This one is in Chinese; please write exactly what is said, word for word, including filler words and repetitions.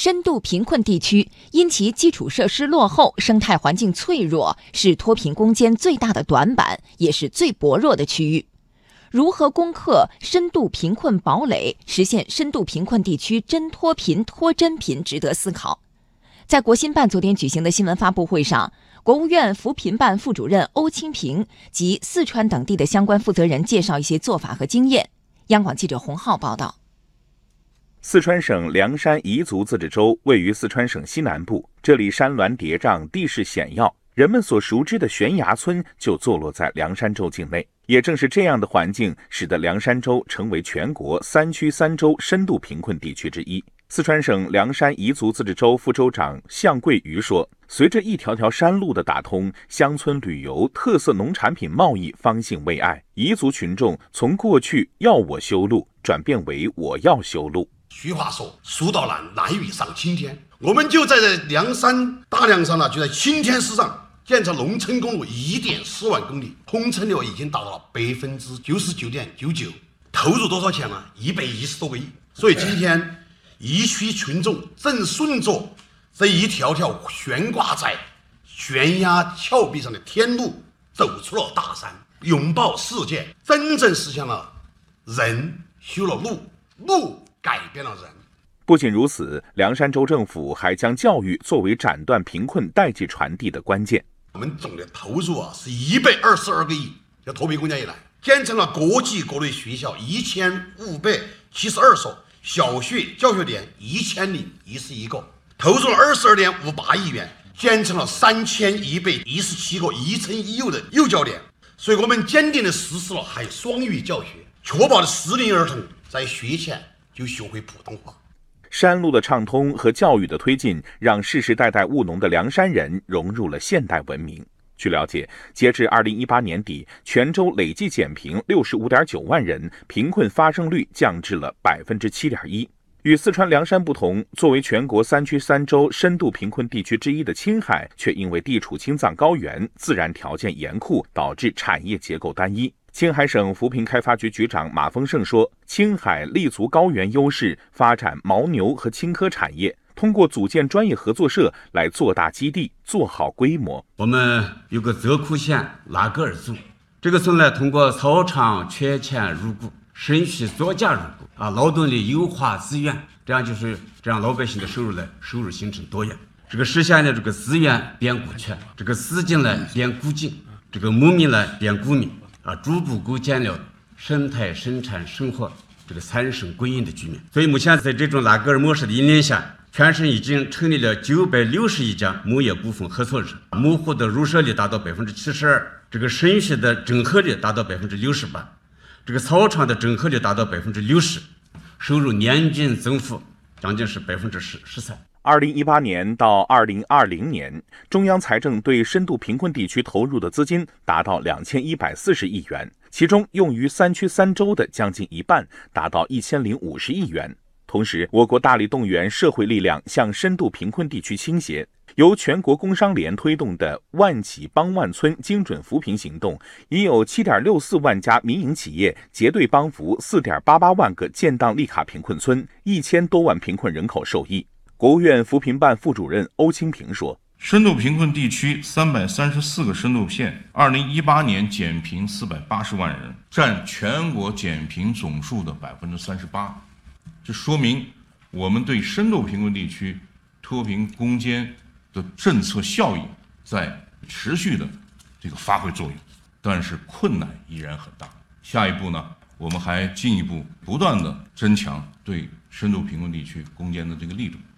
深度贫困地区因其基础设施落后、生态环境脆弱，是脱贫攻坚最大的短板，也是最薄弱的区域。如何攻克深度贫困堡垒，实现深度贫困地区真脱贫、脱真贫，值得思考。在国新办昨天举行的新闻发布会上，国务院扶贫办副主任欧清平及四川等地的相关负责人介绍一些做法和经验。央广记者洪浩报道。 四川省凉山彝族自治州位于四川省西南部，这里山峦叠嶂，地势险要，人们所熟知的悬崖村就坐落在凉山州境内。也正是这样的环境，使得凉山州成为全国三区三州深度贫困地区之一。四川省凉山彝族自治州副州长向桂瑜说，随着一条条山路的打通，乡村旅游、特色农产品贸易方兴未艾，彝族群众从过去要我修路转变为我要修路。 俗话说，蜀道难，难于上青天。我们就在这凉山大凉山呢，就在青天市上建成农村公路 一点四万公里，通车率已经达到了百分之九十九点九九，投入多少钱呢？一百一十多个亿。所以今天彝区群众正顺着这一条条悬挂在悬崖峭壁上的天路，走出了大山，拥抱世界，真正实现了人修了路，路改变了人。 不仅如此，凉山州政府还将教育作为斩断贫困代际传递的关键。 我们总的投入啊是一百二十二个亿，在脱贫攻坚以来，建成了国际国内学校一千五百七十二所，小学教学点一千零一十一个，投入了二十二点五八亿元，建成了三千一百一十七个一城一幼的幼教点。所以我们坚定地实施了还有双语教学，确保了适龄儿童在学前就学会普通话。 山路的畅通和教育的推进，让世世代代务农的凉山人融入了现代文明。据了解，截至二零一八年底，全州累计减贫六十五点九万人，贫困发生率降至了百分之七点一。与四川凉山不同，作为全国三区三州深度贫困地区之一的青海，却因为地处青藏高原，自然条件严酷，导致产业结构单一。青海省扶贫开发局局长马丰盛说，青海立足高原优势，发展牦牛和青稞产业，通过组建专业合作社来做大基地，做好规模。 我们有个泽库县拉格尔族，这个村呢，通过草场缺钱入股，省区作价入股啊，劳动力优化资源，这样就是这样老百姓的收入呢，收入形成多元。这个实现了这个资源变股权，这个资金呢变股金，这个牧民呢变股民。啊，逐步构建了生态生产生活这个三省归因的局面。所以目前在这种拉格尔模式的引领下，全省已经成立了九百六十一家牧业股份合作社，牧户的入社率达到百分之七十二，这个省区的整合率达到百分之六十八，这个草场的整合率达到百分之六十，收入年均增幅将近是百分之十十三。 二零一八年到二零二零年，中央财政对深度贫困地区投入的资金达到两千一百四十亿元，其中用于三区三州的将近一半，达到一千零五十亿元。同时，我国大力动员社会力量向深度贫困地区倾斜，由全国工商联推动的万企帮万村精准扶贫行动，已有七点六四万家民营企业结对帮扶四点八八万个建档立卡贫困村，一千多万贫困人口受益。国务院扶贫办副主任欧清平说， 深度贫困地区三百三十四个深度县，二零一八年减贫四百八十万人，占全国减贫总数的百分之三十八。这说明我们对深度贫困地区脱贫攻坚的政策效益在持续的这个发挥作用，但是困难依然很大。下一步呢，我们还进一步不断的增强对深度贫困地区攻坚的这个力度。